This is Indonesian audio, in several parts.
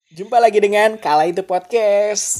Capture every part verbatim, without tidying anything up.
Jumpa lagi dengan Kala Itu Podcast.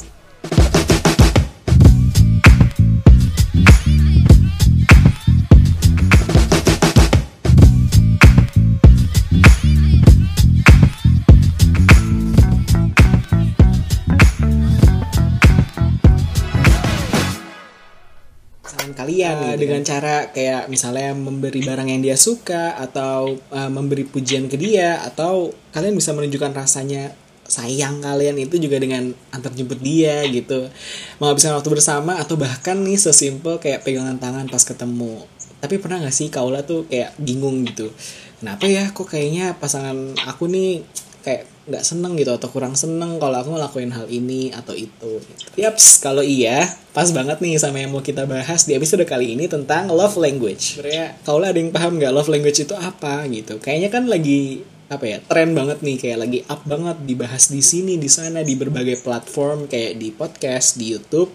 Saran kalian uh, gitu dengan kan? Cara kayak misalnya memberi barang yang dia suka, atau uh, memberi pujian ke dia, atau kalian bisa menunjukkan rasanya sayang kalian itu juga dengan antar jemput dia gitu, menghabiskan waktu bersama, atau bahkan nih sesimpel kayak pegangan tangan pas ketemu. Tapi pernah gak sih Kaula tuh kayak bingung gitu, kenapa ya kok kayaknya pasangan aku nih kayak nggak seneng gitu, atau kurang seneng kalau aku ngelakuin hal ini atau itu gitu. Yaps, kalau iya pas banget nih sama yang mau kita bahas di episode kali ini tentang love language. Sebenarnya Kaula ada yang paham nggak love language itu apa gitu? Kayaknya kan lagi apa ya, tren banget nih, kayak lagi up banget dibahas di sini, di sana, di berbagai platform kayak di podcast, di YouTube.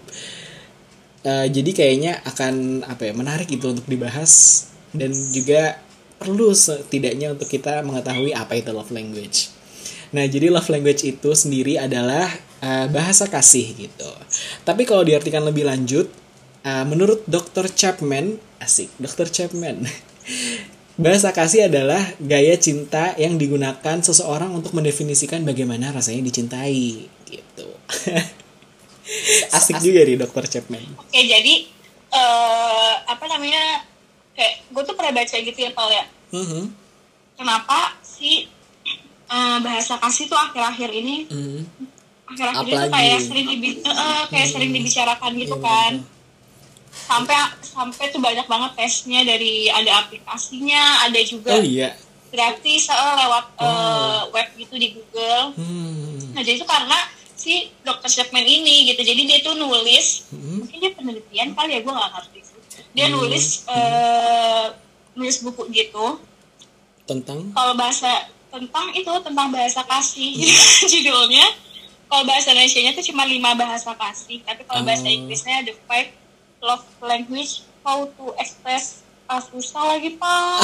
Uh, jadi kayaknya akan apa ya, menarik gitu untuk dibahas, dan juga perlu setidaknya untuk kita mengetahui apa itu love language. Nah, jadi love language itu sendiri adalah uh, bahasa kasih gitu. Tapi kalau diartikan lebih lanjut, uh, menurut dokter Chapman, asik, dokter Chapman, bahasa kasih adalah gaya cinta yang digunakan seseorang untuk mendefinisikan bagaimana rasanya dicintai gitu. Asik, Asik juga nih dokter Chapman. Oke, jadi uh, apa namanya, kayak gue tuh pernah baca gitu ya, Paul ya. Mm-hmm. Kenapa sih uh, bahasa kasih tuh akhir-akhir ini, mm-hmm. akhir-akhir itu kayak sering dibi- uh, kayak mm-hmm. sering dibicarakan gitu yeah, kan. Betul. sampai sampai tuh banyak banget tesnya, dari ada aplikasinya, ada juga oh, iya. gratis uh, lewat oh. uh, web gitu di Google. Hmm. Nah, jadi itu karena si dokter Chapman ini gitu, jadi dia tuh nulis, hmm. mungkin dia penelitian kali ya, gue nggak ngerti. Dia hmm. nulis uh, nulis buku gitu tentang kalau bahasa tentang itu tentang bahasa kasih. Hmm. Judulnya kalau bahasa Indonesianya tuh cuma lima bahasa kasih, tapi kalau oh. bahasa Inggrisnya The Five Love Language, How to Express. Ah, susah lagi, Pak.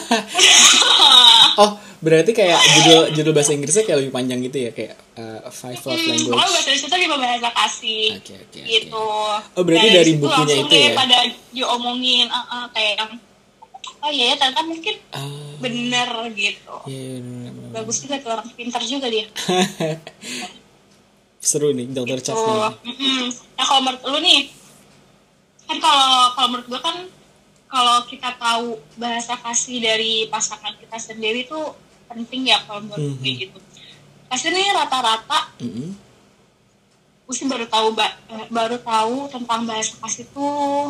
Oh, berarti kayak judul judul bahasa Inggrisnya kayak lebih panjang gitu ya, kayak uh, Five Love hmm, Language. Kalau bahasa Inggrisnya lima bahasa kasih. Oke, okay, oke, okay, gitu. Okay. Oh, berarti dari, dari bukunya itu ya. Pada diomongin uh, uh, kayak yang oh iya ya, ternyata mungkin uh, bener gitu. Iya, yeah, bagus juga tuh, orang pintar juga dia. Seru nih, dokter gitu. Chapman. Mm-hmm. Nah, kalau menurut lu nih, kan kalau kalau menurut gue kan, kalau kita tahu bahasa kasih dari pasangan kita sendiri tuh penting ya kalau menurut gue mm-hmm. gitu. Pasti nih rata-rata, mm-hmm. gue sih baru tahu baru tahu tentang bahasa kasih tuh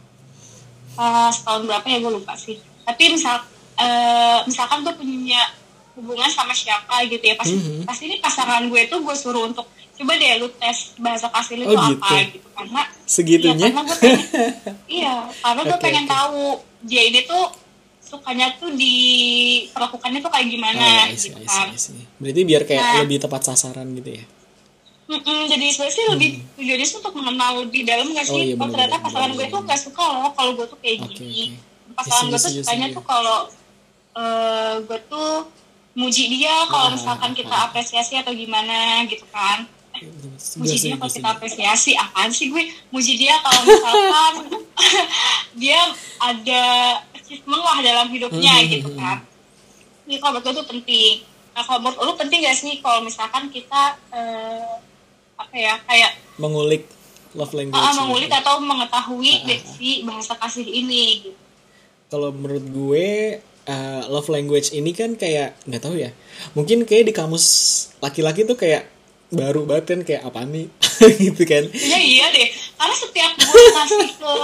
pas tahun berapa ya, gue lupa sih. Tapi misal uh, misalkan gue punya hubungan sama siapa gitu ya, pasti mm-hmm. pasti ini pasangan gue tuh gue suruh untuk coba deh lu tes bahasa kasih lu oh, tuh gitu. Apa gitu, karena segitunya iya, karena gue pengen, iya karena gue okay, pengen okay. tahu dia ini tuh sukanya tuh diperlakukannya tuh kayak gimana oh, gitu kan. Berarti biar kayak nah, lebih tepat sasaran gitu ya. Jadi sebenarnya sih lebih hmm. tujuannya sih untuk mengenal lebih dalam nggak sih. Oh, iya, kalau ternyata pasangan gue tuh nggak suka loh kalau gue tuh kayak okay, gini. Okay. Pasangan gue tuh sukanya tuh kalau uh, gue tuh muji dia kalau ah, misalkan kita ah, apresiasi atau gimana gitu kan. Muji dia kalau kita apresiasi, apaan sih gue muji dia kalau misalkan dia ada achievement lah dalam hidupnya hmm, gitu kan. Ini kalau menurut gue tuh penting. Nah, kalau menurut lu penting gak sih kalau misalkan kita uh, apa ya, kayak mengulik love language, uh, mengulik atau mengetahui ah, si bahasa kasih ini gitu. Kalau menurut gue uh, love language ini kan kayak nggak tahu ya, mungkin kayak di kamus laki-laki tuh kayak baru banget kan, kayak apa nih gitu kan. Iya iya deh, karena setiap gue kasih ke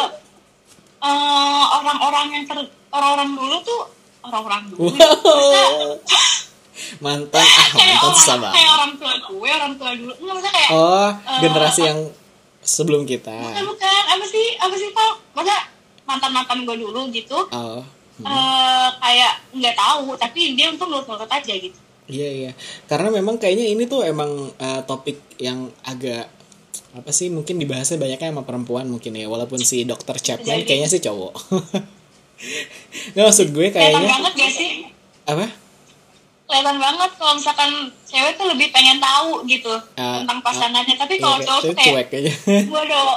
uh, orang-orang yang ter orang-orang dulu tuh orang-orang dulu wow. mantan ah kayak mantan susah banget, kayak orang tua gue orang tua dulu nggak, maksudnya kayak oh uh, generasi yang sebelum kita. Bukan bukan apa sih apa sih Pak, maksudnya mantan mantan gue dulu gitu. Oh. Hmm. Uh, kayak nggak tahu, tapi dia untung nurut-nurut aja gitu. Iya iya, karena memang kayaknya ini tuh emang uh, topik yang agak apa sih, mungkin dibahasnya banyaknya sama perempuan mungkin ya, walaupun si dokter Chapman jadi, kayaknya sih cowok. Nggak, maksud gue kayaknya banget gak sih? Apa? kelihatan banget kalau misalkan cewek tuh lebih pengen tahu gitu uh, tentang pasangannya, uh, tapi kalau iya, cowok tuh kayak bodoh.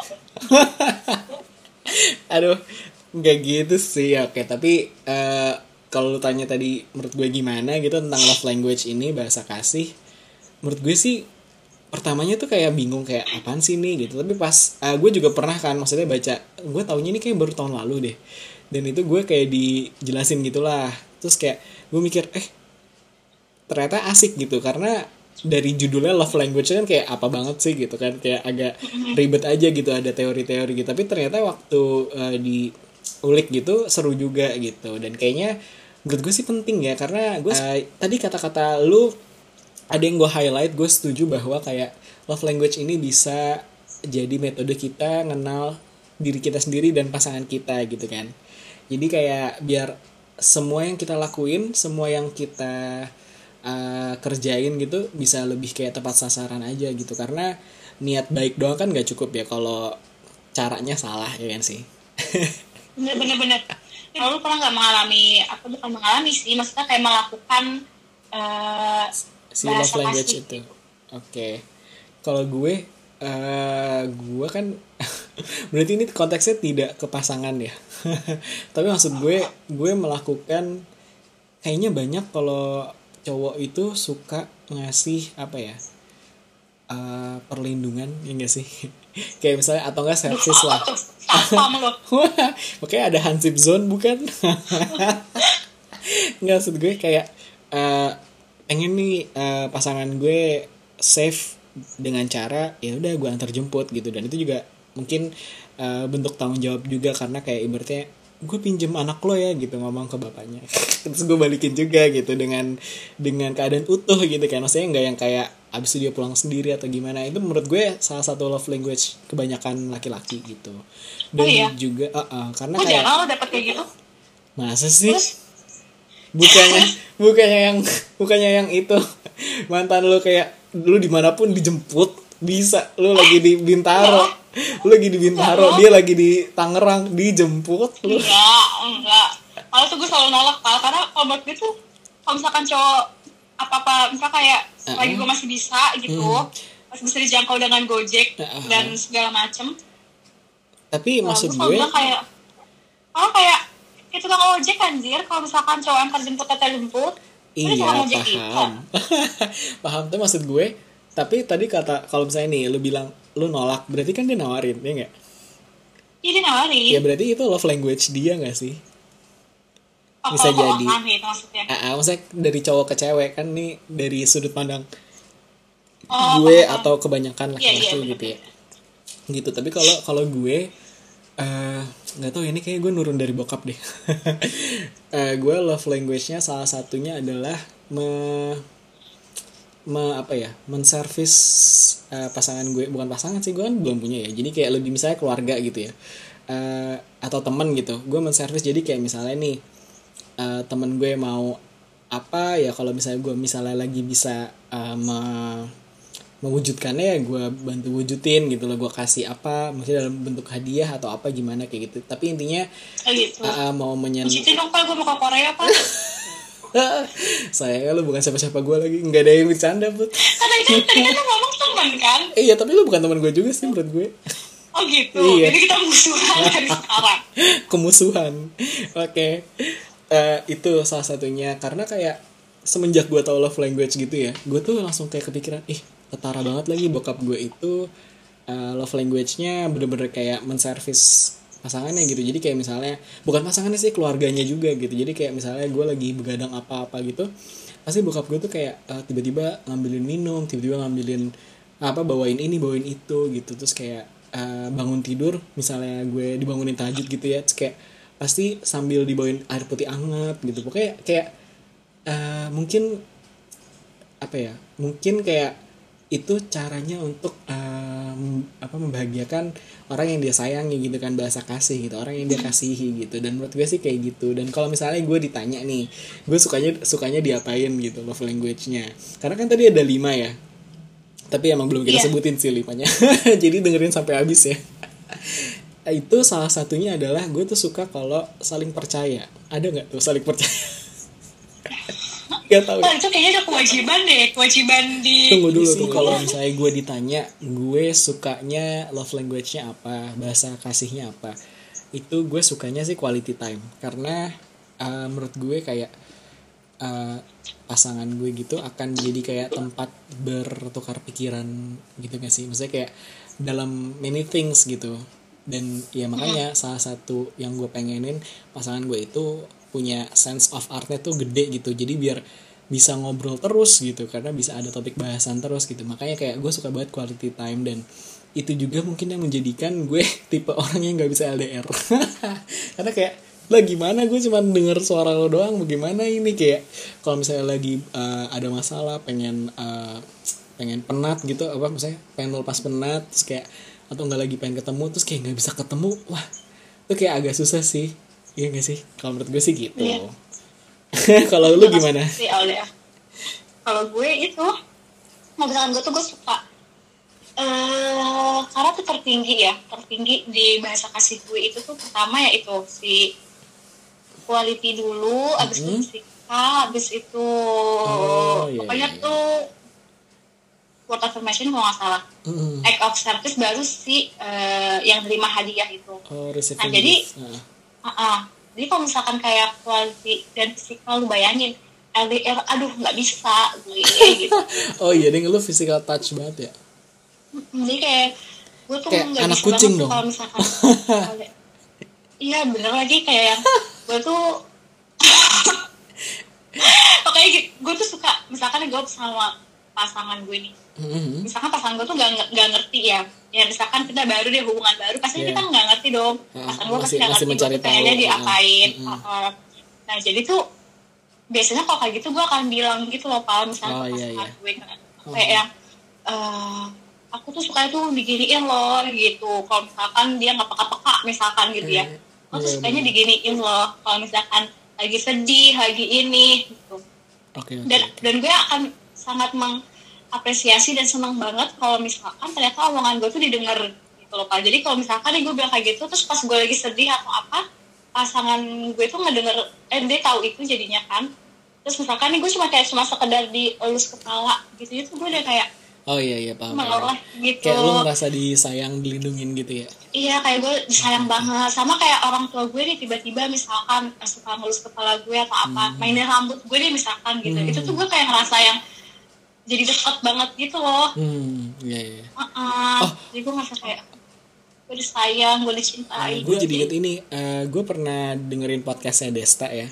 Aduh, nggak gitu sih. Oke, tapi uh, kalau lu tanya tadi menurut gue gimana gitu tentang love language ini, bahasa kasih, menurut gue sih pertamanya tuh kayak bingung kayak apaan sih nih gitu. Tapi pas uh, gue juga pernah kan maksudnya baca, gue taunya ini kayak baru tahun lalu deh, dan itu gue kayak dijelasin gitulah. Terus kayak gue mikir eh ternyata asik gitu, karena dari judulnya love language kan kayak apa banget sih gitu kan, kayak agak ribet aja gitu, ada teori-teori gitu. Tapi ternyata waktu uh, diulik gitu seru juga gitu, dan kayaknya menurut gue sih penting ya, karena gue uh, tadi kata-kata lu ada yang gue highlight, gue setuju bahwa kayak love language ini bisa jadi metode kita ngenal diri kita sendiri dan pasangan kita gitu kan. Jadi kayak biar semua yang kita lakuin, semua yang kita uh, kerjain gitu bisa lebih kayak tepat sasaran aja gitu. Karena niat baik doang kan gak cukup ya kalau caranya salah, ya kan sih. Bener-bener. Kalau lu pernah gak mengalami, aku bukan mengalami sih, maksudnya kayak melakukan uh, si love language itu. Oke. Okay. Kalau gue, uh, gue kan berarti ini konteksnya tidak ke pasangan ya. Tapi maksud gue, gue melakukan kayaknya banyak kalau cowok itu suka ngasih apa ya? Uh, perlindungan, ya enggak sih? Kayak misalnya atau enggak servis lah. Makanya ada Hansip Zone bukan? Enggak, maksud gue kayak uh, pengen nih uh, pasangan gue safe dengan cara ya udah gue antar jemput gitu, dan itu juga mungkin uh, bentuk tanggung jawab juga, karena kayak ibaratnya gue pinjem anak lo ya gitu, ngomong ke bapaknya terus gue balikin juga gitu dengan dengan keadaan utuh gitu kan. Maksudnya nggak yang kayak abis itu dia pulang sendiri atau gimana. Itu menurut gue salah satu love language kebanyakan laki-laki gitu. Dan oh, iya? juga uh, uh, karena oh, kayak jangan lo dapet kayak gitu. Masa sih? bukannya bukannya yang bukannya yang itu mantan lo kayak lu dimanapun dijemput bisa, lu lagi di Bintaro, lu lagi di Bintaro, dia lagi di Tangerang, dijemput lu. Enggak, enggak. Kalau tuh gue selalu nolak, Pal, karena kalau buat gue tuh kalau misalkan cowok apa-apa, misal kayak uh-uh. lagi gue masih bisa gitu, uh-huh. masih bisa dijangkau dengan Gojek uh-huh. dan segala macem. Tapi nah, maksud gue kayak oh kayak itu tukang ojek anjir, kalau misalkan cowok antar jemput atau jemput. Iya, paham. Paham tuh maksud gue. Tapi tadi kata kalau misalnya nih lu bilang lu nolak, berarti kan dia nawarin, ya nggak? Iya, dia nawarin. Ya berarti itu love language dia nggak sih? Oh, bisa oh, jadi. Oh, gitu, maksudnya. Ah, maksudnya dari cowok ke cewek kan nih, dari sudut pandang oh, gue oh, atau kebanyakan laki-laki iya, iya, gitu ya. Gitu. Tapi kalau kalau gue nggak uh, tahu ini kayak gue nurun dari bokap deh. uh, gue love language-nya salah satunya adalah me Me, apa ya menservis uh, pasangan gue, bukan pasangan sih, gue kan belum punya ya, jadi kayak lebih misalnya keluarga gitu ya, uh, atau teman gitu, gue menservis. Jadi kayak misalnya nih uh, temen gue mau apa ya, kalau misalnya gue misalnya lagi bisa uh, me- mewujudkannya ya gue bantu wujudin gitu loh, gue kasih apa mungkin dalam bentuk hadiah atau apa gimana kayak gitu. Tapi intinya gitu. uh, mau menyen Wujudin dong, Pak, gue mau ke Korea, Pak. Sayangnya lu bukan siapa-siapa gue lagi, nggak ada yang bercanda Put. Tadi kan tadi kan lu ngomong teman kan? Iya, tapi lu bukan teman gue juga sih menurut gue. Oh gitu. Iya. Jadi kita musuhan dari sekarang. Kemusuhan. Oke. Okay. Uh, itu salah satunya, karena kayak semenjak gue tau love language gitu ya, gue tuh langsung kayak kepikiran, ih ketara banget lagi bokap gue itu uh, love language-nya bener-bener kayak menservis pasangannya gitu. Jadi kayak misalnya bukan pasangannya sih, keluarganya juga gitu. Jadi kayak misalnya gue lagi begadang apa-apa gitu, pasti bokap gue tuh kayak uh, tiba-tiba ngambilin minum, tiba-tiba ngambilin apa, bawain ini bawain itu gitu. Terus kayak uh, bangun tidur misalnya gue dibangunin tahajud gitu ya, terus kayak pasti sambil dibawain air putih anget gitu. Pokoknya kayak uh, mungkin apa ya, mungkin kayak itu caranya untuk uh, apa membahagiakan orang yang dia sayangi gitu kan, bahasa kasih gitu, orang yang dia kasihi gitu. Dan menurut gue sih kayak gitu. Dan kalau misalnya gue ditanya nih, gue sukanya sukanya diapain gitu love language-nya, karena kan tadi ada lima ya, tapi emang belum kita yeah. sebutin sih limanya. Jadi dengerin sampai habis ya. Itu salah satunya adalah gue tuh suka kalau saling percaya. Ada nggak tuh saling percaya? Gak tahu. Oh, itu kayaknya ada kewajiban deh, kewajiban di. Tunggu dulu tuh, kalau misalnya gue ditanya, gue sukanya love language-nya apa, bahasa kasihnya apa, itu gue sukanya sih quality time, karena uh, menurut gue kayak uh, pasangan gue gitu akan jadi kayak tempat bertukar pikiran gitu gak sih, maksudnya kayak dalam many things gitu. Dan ya makanya hmm. salah satu yang gue pengenin pasangan gue itu punya sense of artnya tuh gede gitu, jadi biar bisa ngobrol terus gitu, karena bisa ada topik bahasan terus gitu. Makanya kayak gue suka banget quality time, dan itu juga mungkin yang menjadikan gue tipe orang yang nggak bisa L D R. Karena kayak lah gimana gue cuma denger suara lo doang, bagaimana ini, kayak kalau misalnya lagi uh, ada masalah pengen uh, pengen penat gitu, apa misalnya pengen lepas penat terus kayak, atau nggak lagi pengen ketemu terus kayak nggak bisa ketemu, wah itu kayak agak susah sih. Iya gak sih? Kalau menurut gue sih gitu. Iya. Kalau lu gimana? Kalau gue itu, misalkan gue tuh gue suka uh, karena tuh tertinggi ya, tertinggi di bahasa kasih gue itu tuh pertama ya itu si quality dulu, abis mm-hmm. itu physical, abis itu oh, yeah, pokoknya yeah. tuh word affirmation kalau nggak salah, mm-hmm. act of service baru si uh, yang terima hadiah itu. Oh, nah jadi uh. Uh-uh. Jadi kalau misalkan kayak quality dan physical, lu bayangin L D R, aduh nggak bisa gue gitu. Oh iya, dia lu physical touch banget ya. Jadi kayak gue tuh nggak bisa banget dong. Kalau misalkan iya bener lagi kayak yang gue tuh oke gue tuh suka misalkan gue sama pasangan gue nih. Mm-hmm. Misalkan pasangan gue tuh nggak nggak ngerti ya. Ya misalkan kita baru deh hubungan baru, pasti yeah. kita nggak ngerti dong. Pasangan gue pasti nggak ngerti gue pengennya diapain. Uh, uh. Nah jadi tuh biasanya kalau kayak gitu gue akan bilang gitu loh, Pak, misalnya oh, ke pasangan yeah, yeah. gue kan, oh. kayak yang uh, aku tuh suka tuh diginiin loh gitu. Kalau misalkan dia nggak peka-peka misalkan gitu ya, aku tuh sukanya diginiin loh. Kalau misalkan lagi sedih, lagi ini gitu. Okay, okay, dan okay. dan gue akan sangat mengapresiasi dan senang banget kalau misalkan ternyata omongan gue tuh didengar gitu loh, Pak. Jadi kalau misalkan gue bilang kayak gitu, terus pas gue lagi sedih atau apa, pasangan gue tuh ngedenger, eh dia tahu itu jadinya kan. Terus misalkan nih gue cuma kayak cuma sekedar dielus kepala gitu, itu gue udah kayak oh iya iya paham. Malah gitu. Kayak lu ngerasa disayang, dilindungin gitu ya? Iya, kayak gue disayang hmm. banget. Sama kayak orang tua gue nih tiba-tiba misalkan suka ngelus kepala gue atau apa, hmm. mainin rambut gue deh misalkan gitu. Hmm. Itu tuh gue kayak ngerasa yang jadi dekat banget gitu loh. Hmm, iya iya. Uh-uh. Oh. Jadi gue ngerasa kayak gue disayang, gue dicintai. Uh, gue jadi inget ini, uh, gue pernah dengerin podcastnya Desta ya.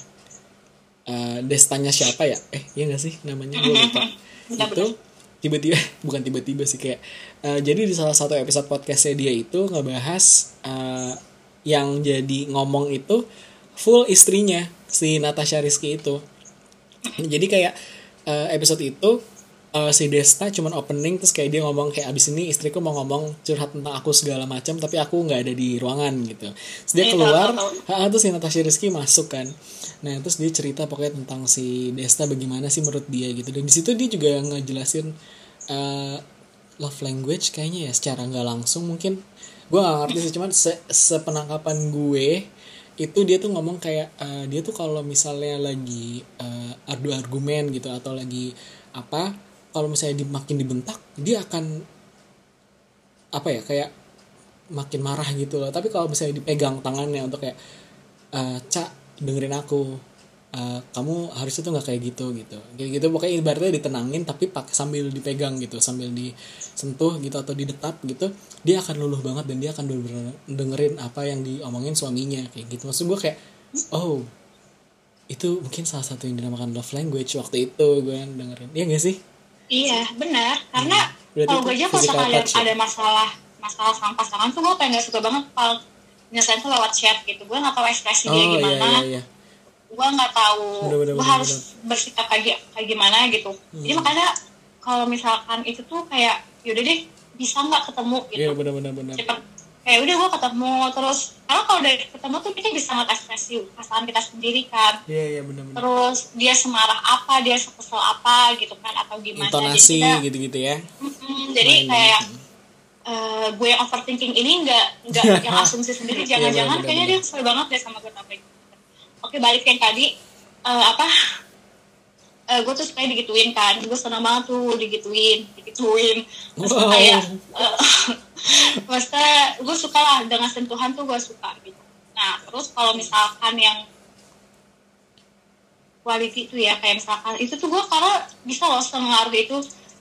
Uh, Destanya siapa ya? Eh, iya gak sih namanya? Gue lupa. Itu tiba-tiba, bukan tiba-tiba sih kayak uh, jadi di salah satu episode podcastnya dia itu ngebahas uh, yang jadi ngomong itu full istrinya si Natasha Rizky itu. Jadi kayak uh, episode itu uh, si Desta cuman opening terus kayak dia ngomong kayak abis ini istriku mau ngomong curhat tentang aku segala macam tapi aku nggak ada di ruangan gitu. Terus dia keluar, ah terus si Natasha Rizky masuk kan. Nah terus dia cerita pokoknya tentang si Desta bagaimana sih menurut dia gitu. Dan di situ dia juga ngejelasin uh, love language kayaknya ya secara nggak langsung mungkin. Gue nggak ngerti sih, cuman se- sepenangkapan gue itu dia tuh ngomong kayak uh, dia tuh kalau misalnya lagi uh, adu argumen gitu atau lagi apa, kalau misalnya di, makin dibentak dia akan apa ya kayak makin marah gitu loh. Tapi kalau misalnya dipegang tangannya untuk kayak uh, Cak dengerin aku, uh, kamu harusnya tuh nggak kayak gitu gitu kayak gitu pokoknya ibaratnya ditenangin tapi pakai sambil dipegang gitu, sambil disentuh gitu atau didetap gitu, dia akan luluh banget dan dia akan bener-bener dengerin apa yang diomongin suaminya kayak gitu. Maksud gue kayak oh itu mungkin salah satu yang dinamakan love language waktu itu gue dengerin. Iya nggak sih? Iya benar, karena hmm. kalau gue aja kalau sekalian ya? ada masalah masalah sama pasangan tuh gue pengen gak suka banget kalau nyelesain tuh lewat chat gitu. Gue nggak tahu ekspresi oh, dia gimana, iya, iya, iya. gue nggak tahu gue harus bener. bersikap kayak kayak gimana gitu. Hmm. Jadi makanya kalau misalkan itu tuh kayak yaudah deh bisa nggak ketemu gitu. Iya benar-benar. Cepet kayak udah gue ketemu terus. Karena kalau udah ketemu tuh kita bisa ngekspresi perasaan kita sendiri kan. Iya iya benar-benar. Terus dia semarah apa, dia kesel apa gitu kan atau gimana. Intonasi jadi kita, gitu-gitu ya. Jadi main kayak Uh, gue yang overthinking ini nggak nggak yang asumsi sendiri jangan-jangan ya, kayaknya dia kesel banget deh sama gue tapi oke balik yang tadi uh, apa uh, gue tuh suka digituin kan, gue senang banget tuh digituin digituin terus wow. kayak uh, maksudnya gue suka lah dengan sentuhan tuh gue suka gitu. Nah terus kalau misalkan yang quality tuh ya kayak misalkan itu tuh gue karena bisa loh sengaruh itu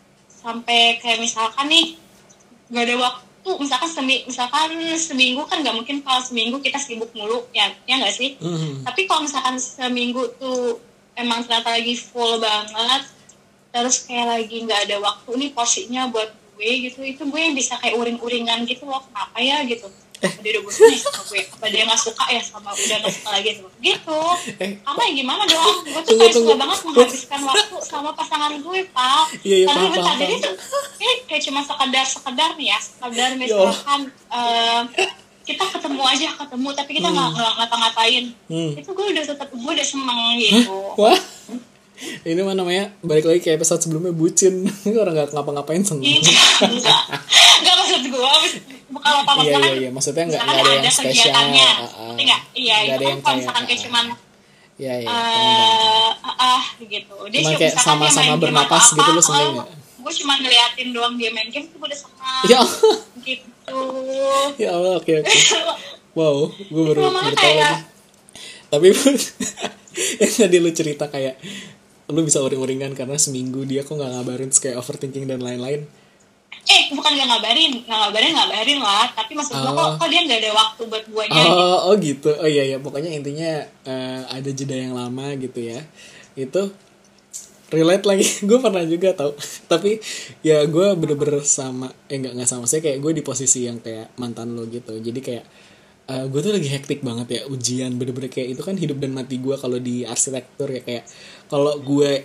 sampai kayak misalkan nih gak ada waktu, misalkan seminggu, misalkan seminggu kan nggak mungkin kalau seminggu kita sibuk mulu ya ya nggak sih mm-hmm. Tapi kalau misalkan seminggu tuh emang ternyata lagi full banget terus kayak lagi nggak ada waktu nih porsinya buat gue gitu, itu gue yang bisa kayak uring-uringan gitu loh, kenapa ya gitu eh. Dia udah bosan nih sama gue, apa dia nggak suka ya sama udah nggak suka lagi gitu gitu eh. Karena ya gimana dong, gue tuh kayak suka banget menghabiskan waktu sama pasangan gue pak iya, iya, karena bentar paham, jadi tuh eh, kayak cuma sekedar sekedar nih ya sekedar misalkan uh, kita ketemu aja ketemu tapi kita nggak hmm. ngapa-ngapain hmm. Itu gue udah tetap gue udah seneng gitu. Wah ini mah namanya balik lagi kayak episode sebelumnya bucin orang nggak ngapa-ngapain seneng. Enggak enggak maksud gue bukan apa-apa iya, iya, iya. Maksudnya nggak nggak ada yang spesial uh, uh, nggak iya itu kan kalau misalkan kayak cuman iya iya uh, ah gitu dia cuma kayak sama-sama bernapas gitu lu seneng nggak? Gue cuma ngeliatin doang dia main game tuh gue udah seneng ya. Gitu ya Allah oke oke wow gue baru baru tahu lagi tapi yang tadi lu cerita kayak lu bisa uring-uringan karena seminggu dia kok nggak ngabarin kayak overthinking dan lain-lain. Eh bukan nggak ngabarin nggak ngabarin ngabarin lah tapi maksud gue oh. kok kok dia nggak ada waktu buat guanya oh gitu. Oh gitu oh iya iya pokoknya intinya uh, ada jeda yang lama gitu ya itu relate lagi gue pernah juga tau tapi ya gue bener-bener sama eh nggak nggak sama saya kayak gue di posisi yang kayak mantan lo gitu jadi kayak uh, gue tuh lagi hektik banget ya ujian bener-bener kayak itu kan hidup dan mati gue kalau di arsitektur ya kayak kalau gue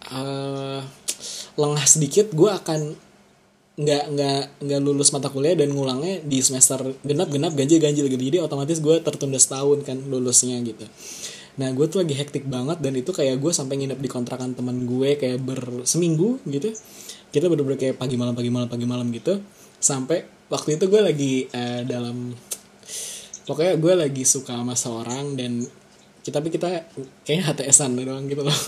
uh, lengah sedikit gue akan nggak nggak nggak lulus mata kuliah dan ngulangnya di semester genap genap ganjil ganjil gitu jadi otomatis gue tertunda setahun kan lulusnya gitu. Nah gue tuh lagi hektik banget dan itu kayak gue sampai nginep di kontrakan teman gue kayak berseminggu gitu. Kita bener-bener kayak pagi malam pagi malam pagi malam gitu. Sampai waktu itu gue lagi uh, dalam pokoknya gue lagi suka sama seorang dan kita tapi kita kayaknya H T S-an doang gitu loh.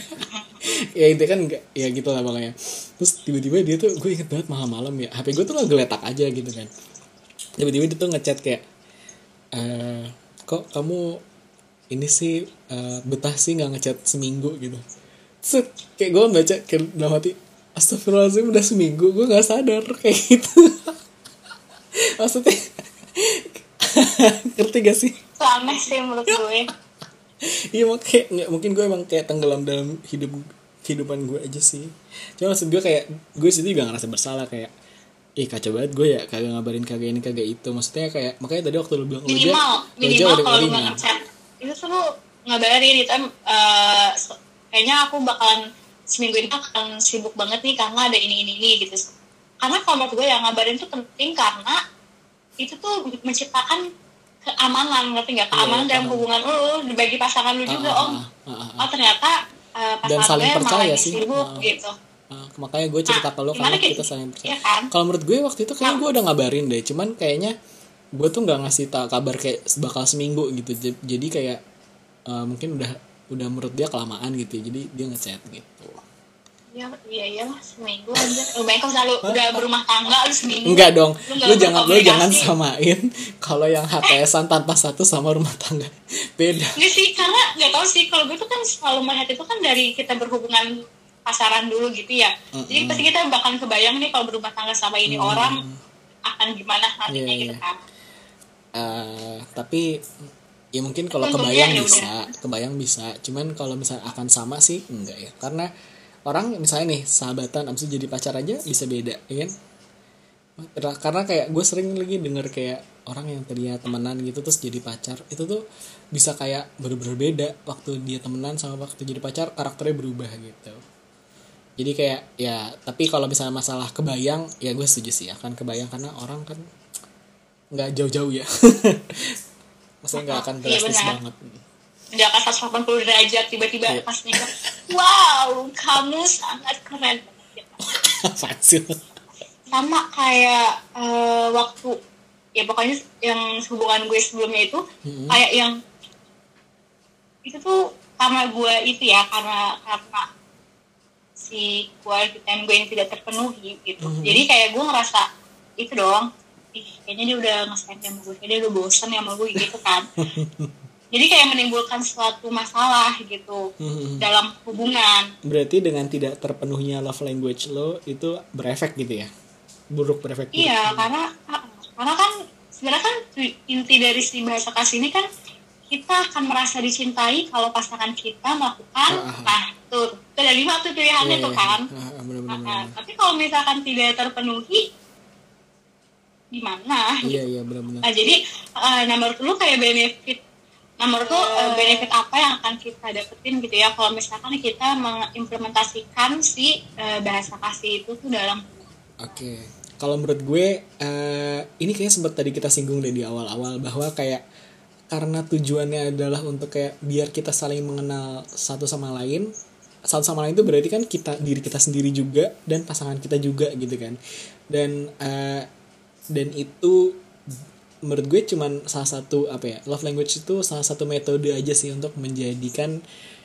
Ya itu kan ya gitu lah pokoknya. Terus tiba-tiba dia tuh gue inget banget malam-malam ya H P gue tuh lah geletak aja gitu kan. Tiba-tiba dia tuh ngechat kayak e, kok kamu ini sih uh, betah sih nggak ngechat seminggu gitu. Set kayak gue baca kayak dalam hati astagfirullahaladzim udah seminggu gue nggak sadar kayak gitu. Maksudnya ngerti gak sih? Aneh sih menurut gue. Iya makanya mungkin gue emang kayak tenggelam dalam hidup kehidupan gue aja sih. Cuma maksud gue kayak gue sendiri juga ngerasa bersalah kayak ih kacau banget gue ya kagak ngabarin kagak ini kagak itu. Maksudnya kayak makanya tadi waktu lu bilang minimal lu aja, minimal kalau lu nggak ngechat itu tuh lu ngabarin itu uh, kayaknya aku bakalan seminggu ini akan sibuk banget nih karena ada ini ini ini gitu. Karena kalau menurut gue yang ngabarin tuh penting karena itu tuh menciptakan keamanan, ngerti nggak? Keamanan yeah, dalam hubungan lu bagi pasangan lu juga uh, om. Uh, uh, uh, oh ternyata uh, pasangan gue malah lagi sibuk uh, gitu. Uh, makanya gue cerita nah, ke lo karena kita saling percaya. Iya kan? Kalau menurut gue waktu itu kayaknya nah, gue udah ngabarin deh, cuman kayaknya gue tuh nggak ngasih tak kabar kayak bakal seminggu gitu. Jadi kayak uh, mungkin udah udah menurut dia kelamaan gitu. Jadi dia ngechat gitu. Ya, iya iya lah seminggu aja. Lumayan kalau selalu udah berumah tangga lu seminggu. Enggak dong. Lu, lu jangan lu jangan samain kalau yang H T S-an tanpa satu sama rumah tangga. Beda. Enggak sih, karena enggak tahu sih kalau gue tuh kan selalu melihat itu kan dari kita berhubungan pasaran dulu gitu ya. Mm-hmm. Jadi pasti kita bakal kebayang nih kalau berumah tangga sama ini mm-hmm. orang akan gimana nantinya yeah, gitu kan. Uh, tapi ya mungkin kalau kebayang ya bisa, udah. kebayang bisa. Cuman kalau misalnya akan sama sih enggak ya. Karena orang misalnya nih sahabatan abis itu jadi pacar aja bisa beda, ya kan? Karena kayak gue sering lagi denger kayak orang yang tadinya temenan gitu terus jadi pacar itu tuh bisa kayak bener-bener beda waktu dia temenan sama waktu jadi pacar karakternya berubah gitu. Jadi kayak ya tapi kalau misalnya masalah kebayang ya gue setuju sih akan kebayang karena orang kan nggak jauh-jauh ya, maksudnya nggak akan drastis iya, banget. Di atas seratus delapan puluh derajat tiba-tiba yeah. Pas nikah wow kamu sangat keren banget gitu. Sama kayak uh, waktu ya pokoknya yang hubungan gue sebelumnya itu mm-hmm. kayak yang itu tuh karena gue itu ya karena karena si quality time gue ini tidak terpenuhi gitu. Mm-hmm. Jadi kayak gue ngerasa itu dong, ih kayaknya dia udah nge-send sama gue, kayaknya dia udah bosen sama gue gitu kan. Jadi kayak menimbulkan suatu masalah gitu mm-hmm. dalam hubungan. Berarti dengan tidak terpenuhnya love language lo itu berefek gitu ya? Buruk berefek. Iya, buruk. karena karena kan sebenarnya kan inti dari si bahasa kasih ini kan kita akan merasa dicintai kalau pasangan kita melakukan ah, ah. nah tuh itu ada lima tuh pilihannya yeah, tuh kan. Ah, ah, bener, bener, nah, bener. Tapi kalau misalkan tidak terpenuhi gimana? Iya iya benar-benar. Nah jadi uh, nomor dulu kayak benefit nomor tuh uh, benefit apa yang akan kita dapetin gitu ya kalau misalkan kita mengimplementasikan si uh, bahasa kasih itu tuh dalam. Oke. Okay. Kalau menurut gue uh, ini kayak sempat tadi kita singgung deh di awal-awal bahwa kayak karena tujuannya adalah untuk kayak biar kita saling mengenal satu sama lain. Satu sama lain itu berarti kan kita diri kita sendiri juga dan pasangan kita juga gitu kan. Dan uh, dan itu menurut gue cuman salah satu apa ya, love language itu salah satu metode aja sih untuk menjadikan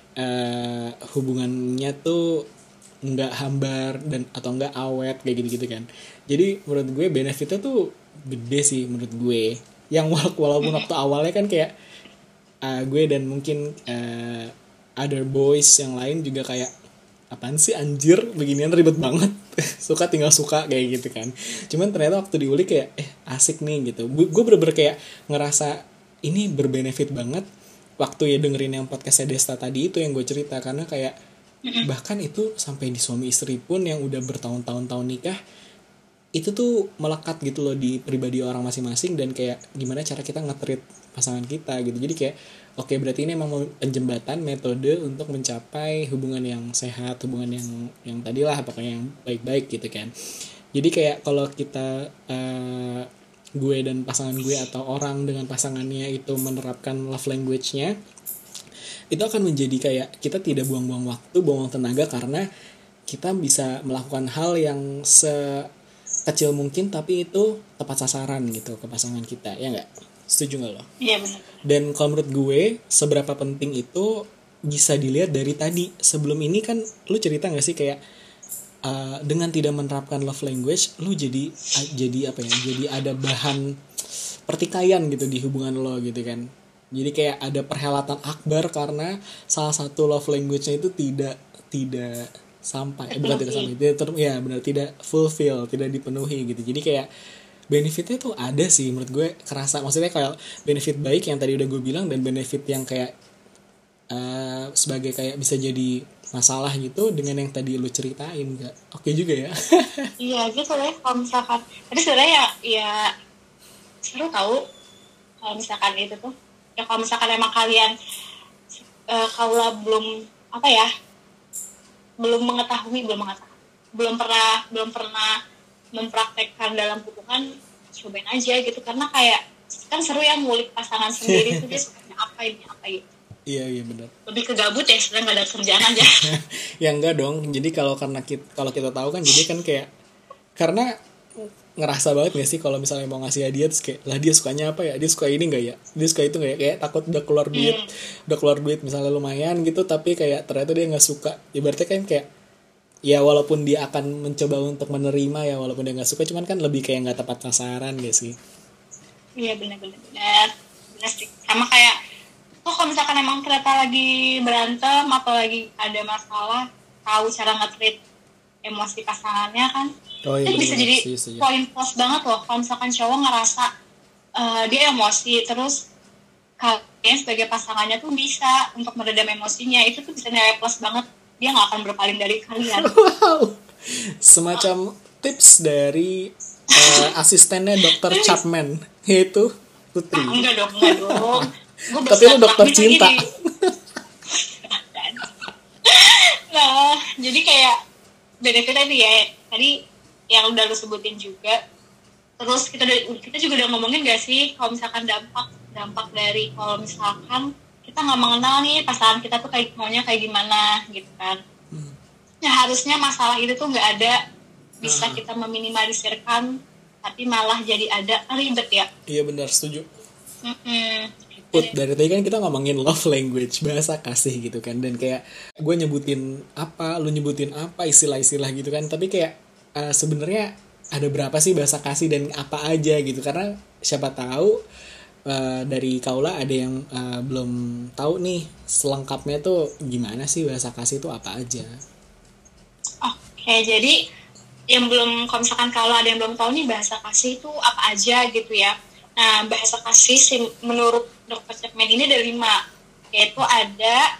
uh, hubungannya tuh nggak hambar dan atau nggak awet kayak gitu-gitu kan. Jadi menurut gue benefitnya tuh gede sih menurut gue. Yang walaupun waktu awalnya kan kayak uh, gue dan mungkin uh, other boys yang lain juga kayak apaan sih anjir beginian ribet banget suka tinggal suka kayak gitu kan. Cuman ternyata waktu diulik kayak eh asik nih gitu. Gue bener-bener kayak ngerasa ini berbenefit banget waktu ya dengerin yang podcastnya Desta tadi itu yang gue cerita. Karena kayak bahkan itu sampai di suami istri pun yang udah bertahun-tahun tahun nikah itu tuh melekat gitu loh di pribadi orang masing-masing. Dan kayak gimana cara kita nge-treat pasangan kita gitu. Jadi kayak oke okay, berarti ini memang penjembatan metode untuk mencapai hubungan yang sehat, hubungan yang yang tadilah pokoknya yang baik-baik gitu kan. Jadi kayak kalau kita uh, gue dan pasangan gue atau orang dengan pasangannya itu menerapkan love language-nya, itu akan menjadi kayak kita tidak buang-buang waktu, buang tenaga karena kita bisa melakukan hal yang sekecil mungkin tapi itu tepat sasaran gitu ke pasangan kita, ya nggak? Setuju nggak lo? Iya benar. Dan kalau menurut gue seberapa penting itu bisa dilihat dari tadi. Sebelum ini kan lu cerita nggak sih kayak uh, dengan tidak menerapkan love language, lu jadi uh, jadi apa ya? Jadi ada bahan pertikaian gitu di hubungan lo gitu kan. Jadi kayak ada perhelatan akbar karena salah satu love language-nya itu tidak tidak sampai, eh, bukan tidak sampai, tidak ter, ya benar tidak fulfill, tidak dipenuhi gitu. Jadi kayak benefitnya tuh ada sih menurut gue kerasa. Maksudnya kayak benefit baik yang tadi udah gue bilang dan benefit yang kayak uh, sebagai kayak bisa jadi masalah gitu dengan yang tadi lu ceritain. Gak oke okay juga ya? Iya gitu deh kalau misalkan. Tapi sebenarnya ya, ya seru tahu kalau misalkan itu tuh. Ya kalau misalkan emang kalian uh, kalau belum apa ya belum mengetahui belum mengetahui belum pernah belum pernah mempraktekkan dalam hubungan, cobain aja gitu. Karena kayak kan seru ya ngulik pasangan sendiri tuh dia sukanya apa ini apa gitu. Iya iya benar. Lebih ke gabut ya sebenarnya nggak ada kerjaan aja. Ya enggak dong. Jadi kalau karena kita kalau kita tahu kan jadi kan kayak karena ngerasa banget gak sih kalau misalnya mau ngasih hadiah terus kayak lah dia sukanya apa ya, dia suka ini nggak ya, dia suka itu nggak ya, kayak takut udah keluar duit hmm. udah keluar duit misalnya lumayan gitu tapi kayak ternyata dia nggak suka. Ya berarti kan kayak ya walaupun dia akan mencoba untuk menerima ya walaupun dia nggak suka, cuman kan lebih kayak nggak tepat sasaran gak sih? Iya benar-benar benar benar sih. Sama kayak tuh kalau misalkan emang ternyata lagi berantem atau lagi ada masalah, tahu cara nge-treat emosi pasangannya kan, oh, iya, itu bisa jadi poin plus banget loh kalau misalkan cowok ngerasa uh, dia emosi terus kalian sebagai pasangannya tuh bisa untuk meredam emosinya, itu tuh bisa nilai plus banget. Dia nggak akan berpaling dari kalian. Wow, semacam tips dari uh, asistennya dokter Chapman, yaitu Putri. Nah, enggak dong, enggak dong. Tapi lu dokter cinta. Nah, jadi kayak benefitnya nih ya, tadi yang udah lu sebutin juga. Terus kita kita juga udah ngomongin gak sih kalau misalkan dampak dampak dari kalau misalkan kita nggak mengenal nih pasangan kita tuh kayak maunya kayak gimana gitu kan. Hmm. Ya harusnya masalah itu tuh nggak ada, bisa uh. kita meminimalisirkan, tapi malah jadi ada ribet ya. Iya benar, setuju. Mm-mm. Put, dari tadi kan kita ngomongin love language, bahasa kasih gitu kan. Dan kayak gue nyebutin apa, lu nyebutin apa, istilah-istilah gitu kan. Tapi kayak uh, sebenarnya ada berapa sih bahasa kasih dan apa aja gitu. Karena siapa tahu uh, dari Kaula ada yang uh, belum tahu nih selengkapnya tuh gimana sih bahasa kasih itu apa aja. Oke, jadi yang belum, kalau misalkan Kaula ada yang belum tahu nih bahasa kasih itu apa aja gitu ya. Nah, bahasa kasih menurut dokter Chapman ini ada lima, yaitu ada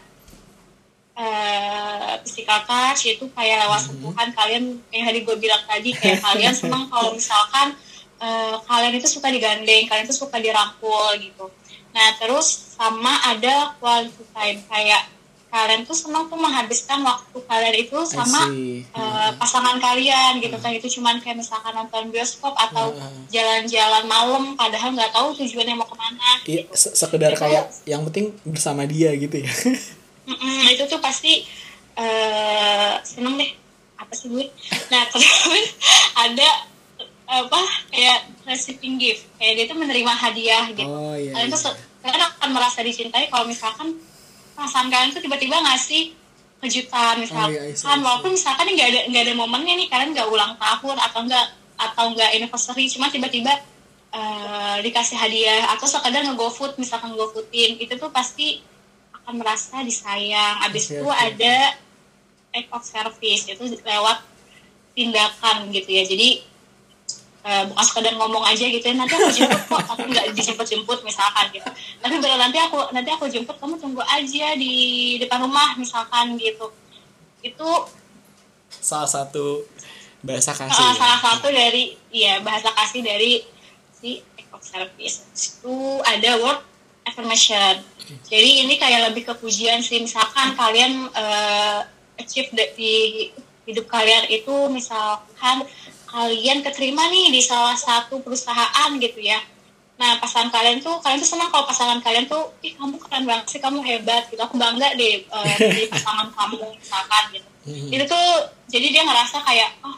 uh, physical touch, yaitu kayak lewat sentuhan. Mm-hmm. Kalian yang tadi gue bilang tadi, kayak kalian senang kalau misalkan uh, kalian itu suka digandeng, kalian itu suka dirangkul gitu. Nah, terus sama ada quality time, kayak kalian tuh senang tuh menghabiskan waktu kalian itu sama uh, pasangan kalian gitu kan. Itu cuman kayak misalkan nonton bioskop atau uh, jalan-jalan malam padahal nggak tahu tujuannya mau kemana. Iya, gitu. Sekedar itu, kayak yang penting bersama dia gitu ya. Itu tuh pasti uh, seneng deh. Apa sih gue? Nah, terus ada apa kayak receiving gift, kayak dia tuh menerima hadiah gitu. Oh, iya, kalian iya. tuh kalian akan merasa dicintai kalau misalkan pasangan kalian tuh tiba-tiba ngasih kejutan misalkan, oh, iya, iya, walaupun misalkan nggak ada nggak ada momennya nih, kalian nggak ulang tahun atau nggak atau nggak anniversary, cuma tiba-tiba uh, dikasih hadiah atau sekadar nge-GoFood, misalkan GoFoodin, itu tuh pasti akan merasa disayang. Abis okay, itu okay. ada act of service, itu lewat tindakan gitu ya. Jadi Uh, bukan sekedar ngomong aja gitu ya, nanti aku jemput kok, aku nggak dijemput-jemput misalkan gitu, tapi bener nanti aku nanti aku jemput, kamu tunggu aja di depan rumah misalkan gitu. Itu salah satu bahasa kasih uh, ya? salah satu dari iya bahasa kasih dari si act of service. Itu ada word affirmation, jadi ini kayak lebih ke pujian sih. Misalkan kalian uh, achieve di hidup kalian itu, misalkan kalian keterima nih di salah satu perusahaan gitu ya. Nah, pasangan kalian tuh, kalian tuh senang kalau pasangan kalian tuh, ih kamu keren banget sih, kamu hebat gitu, aku bangga deh uh, di pasangan kamu misalkan gitu. Mm-hmm. Itu tuh, jadi dia ngerasa kayak, oh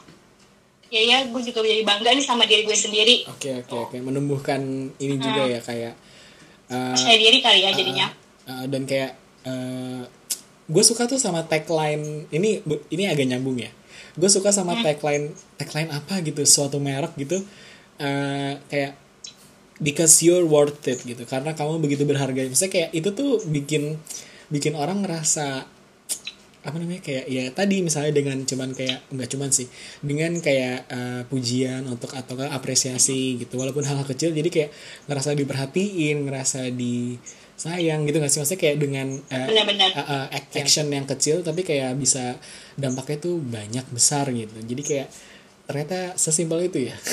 ya ya, gue juga jadi bangga nih sama diri gue sendiri. Oke okay, oke okay, oke, okay. Menumbuhkan ini juga hmm. ya kayak uh, percaya diri kali ya jadinya. Uh, uh, dan kayak uh, gue suka tuh sama tagline ini, ini agak nyambung ya. Gue suka sama tagline tagline apa gitu, suatu merek gitu, uh, kayak because you're worth it gitu, karena kamu begitu berharga. Maksudnya kayak itu tuh bikin bikin orang ngerasa apa namanya, kayak ya tadi misalnya dengan cuman kayak enggak cuman sih dengan kayak uh, pujian untuk atau apresiasi gitu, walaupun hal-hal kecil, jadi kayak ngerasa diperhatiin, ngerasa di sayang gitu nggak sih, maksudnya kayak dengan uh, uh, uh, action yang kecil tapi kayak bisa dampaknya tuh banyak besar gitu. Jadi kayak ternyata sesimpel itu ya.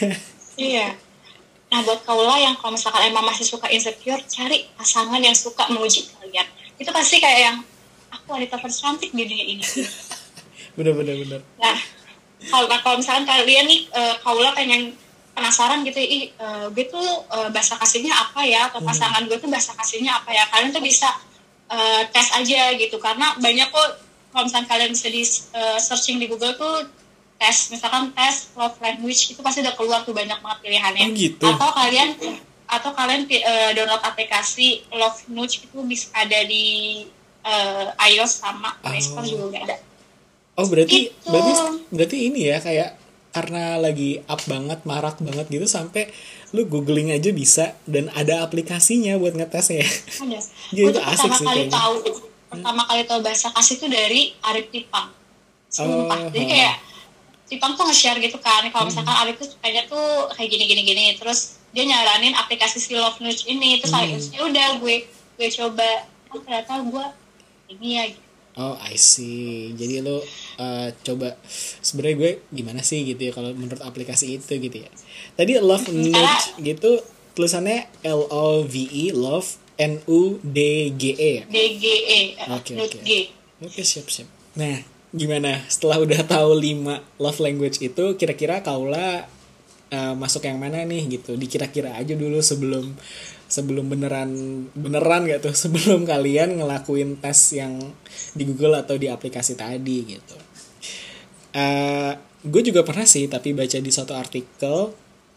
Iya. Nah, buat Kaula yang kalau misalkan emang masih suka insecure, cari pasangan yang suka memuji kalian. Itu pasti kayak yang aku wanita tercantik di dunia ini. Bener-bener bener. Nah, kalau kalau misalkan kalian nih uh, Kaula pengen penasaran gitu, ih uh, gue tuh uh, bahasa kasihnya apa ya, atau pasangan gue tuh bahasa kasihnya apa ya, kalian tuh bisa uh, tes aja gitu, karena banyak kok kalau misalkan kalian bisa di uh, searching di Google tuh tes, misalkan tes love language, itu pasti udah keluar tuh banyak banget pilihannya. Oh, gitu. Atau kalian atau kalian uh, download aplikasi Love Nudge, itu bisa ada di uh, iOS sama Play Store oh. juga ada. Oh berarti gitu. berarti berarti ini ya kayak karena lagi up banget, marak banget gitu, sampai lu googling aja bisa dan ada aplikasinya buat ngetesnya. Ada. Gue tuh pertama kali tahu, pertama kali tahu bahasa kasih tuh dari Arif Tipang. Sumpah. Oh, Jadi kayak Tipang tuh nge-share gitu kan, kalau misalkan hmm. Arif tuh sukanya tuh kayak gini-gini-gini, terus dia nyaranin aplikasi si Love Nudge ini, terus hmm. ya udah gue gue coba, oh ternyata gue ini ya gitu. Oh, I see. Jadi lo uh, coba sebenarnya gue gimana sih gitu ya kalau menurut aplikasi itu gitu ya. Tadi Love Nudge gitu tulisannya L O V E Love N U D G E ya. D G E. Oke oke. Oke siap siap. Nah, gimana setelah udah tahu lima love language itu, kira-kira Kaula uh, masuk yang mana nih gitu? Dikira-kira aja dulu sebelum sebelum beneran beneran gak tuh sebelum kalian ngelakuin tes yang di Google atau di aplikasi tadi gitu. Uh, gue juga pernah sih tapi baca di suatu artikel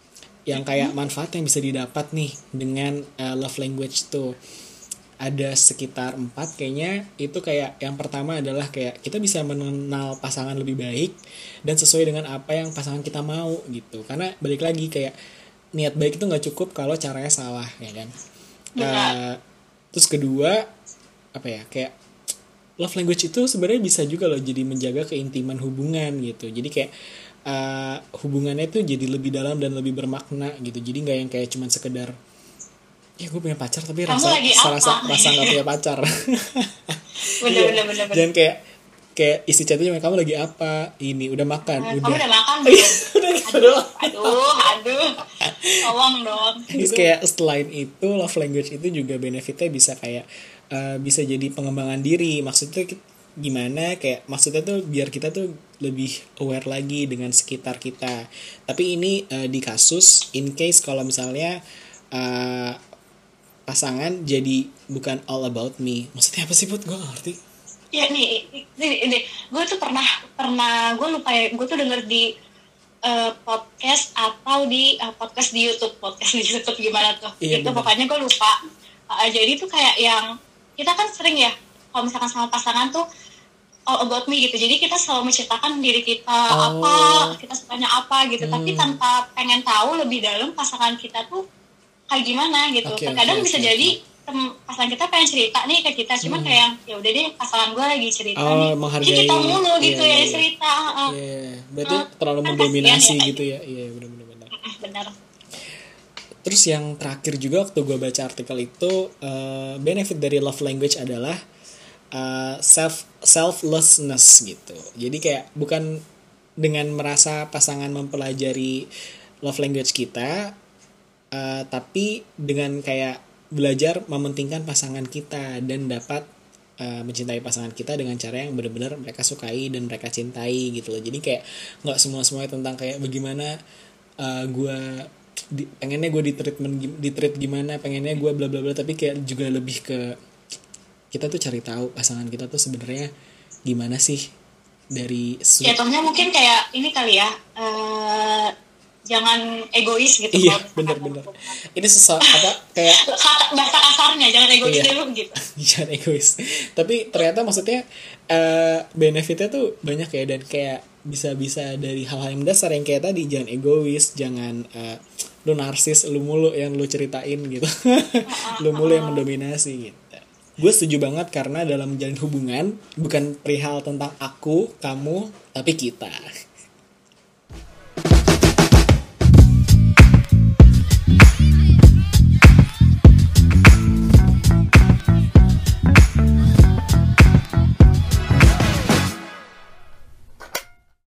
yang kayak manfaat yang bisa didapat nih dengan uh, love language tuh ada sekitar empat kayaknya. Itu kayak yang pertama adalah kayak kita bisa mengenal pasangan lebih baik dan sesuai dengan apa yang pasangan kita mau gitu. Karena balik lagi kayak niat baik itu nggak cukup kalau caranya salah, ya kan. Uh, terus kedua apa ya, kayak love language itu sebenarnya bisa juga loh jadi menjaga keintiman hubungan gitu. Jadi kayak uh, hubungannya tuh jadi lebih dalam dan lebih bermakna gitu. Jadi nggak yang kayak cuman sekedar ya gue punya pacar tapi kamu rasa rasa rasa nggak punya pacar. Bener, bener, bener, bener. Jangan kayak kayak isi chatnya cuma kamu lagi apa, ini udah makan, nah, udah. Kamu udah makan belum? aduh, aduh, aduh, tolong dong. Terus kayak selain itu love language itu juga benefitnya bisa kayak uh, bisa jadi pengembangan diri. Maksudnya gimana, kayak maksudnya tuh biar kita tuh lebih aware lagi dengan sekitar kita. Tapi ini uh, di kasus in case kalau misalnya uh, pasangan jadi bukan all about me. Maksudnya apa sih, Put? Gue gak ngerti. Ya nih, ini, ini. gue tuh pernah pernah gue lupa ya, gue tuh denger di uh, podcast atau di uh, podcast di YouTube, podcast di YouTube gimana tuh? Iya, itu bener. Pokoknya gue lupa. Uh, jadi tuh kayak yang kita kan sering ya, kalau misalkan sama pasangan tuh all about me gitu. Jadi kita selalu menceritakan diri kita oh. apa, kita sukanya apa gitu. Hmm. Tapi tanpa pengen tahu lebih dalam pasangan kita tuh kayak gimana gitu. Okay, Terkadang okay, bisa okay, jadi okay. Tem- pasangan kita pengen cerita nih ke kita, cuman hmm. kayak ya udah deh pasangan gue lagi cerita oh, nih, jadi kita mulu gitu yeah, ya yeah. cerita. Uh, yeah. Berarti uh, terlalu kan mendominasi ya, gitu ya. Iya yeah, benar-benar. Benar. Terus yang terakhir juga waktu gue baca artikel itu uh, benefit dari love language adalah uh, self selflessness gitu. Jadi kayak bukan dengan merasa pasangan mempelajari love language kita, uh, tapi dengan kayak belajar mementingkan pasangan kita dan dapat uh, mencintai pasangan kita dengan cara yang benar-benar mereka sukai dan mereka cintai gitu loh. Jadi kayak nggak semua-semuanya tentang kayak bagaimana uh, gue di, pengennya gue di treatment di treat gimana, pengennya gue bla bla bla, tapi kayak juga lebih ke kita tuh cari tahu pasangan kita tuh sebenarnya gimana sih dari su- jatuhnya mungkin kayak ini kali ya. Uh... jangan egois gitu. Iya, benar-benar. Ini sesuatu apa kayak bahasa kasarnya jangan egois iya, dulu gitu. Jangan egois. Tapi ternyata maksudnya uh, benefitnya tuh banyak ya, dan kayak bisa-bisa dari hal-hal yang dasar yang kayak tadi, jangan egois, jangan uh, lu narsis, lu mulu yang lu ceritain gitu. Lu mulu yang mendominasi gitu. Gue setuju banget karena dalam menjalin hubungan bukan perihal tentang aku, kamu, tapi kita.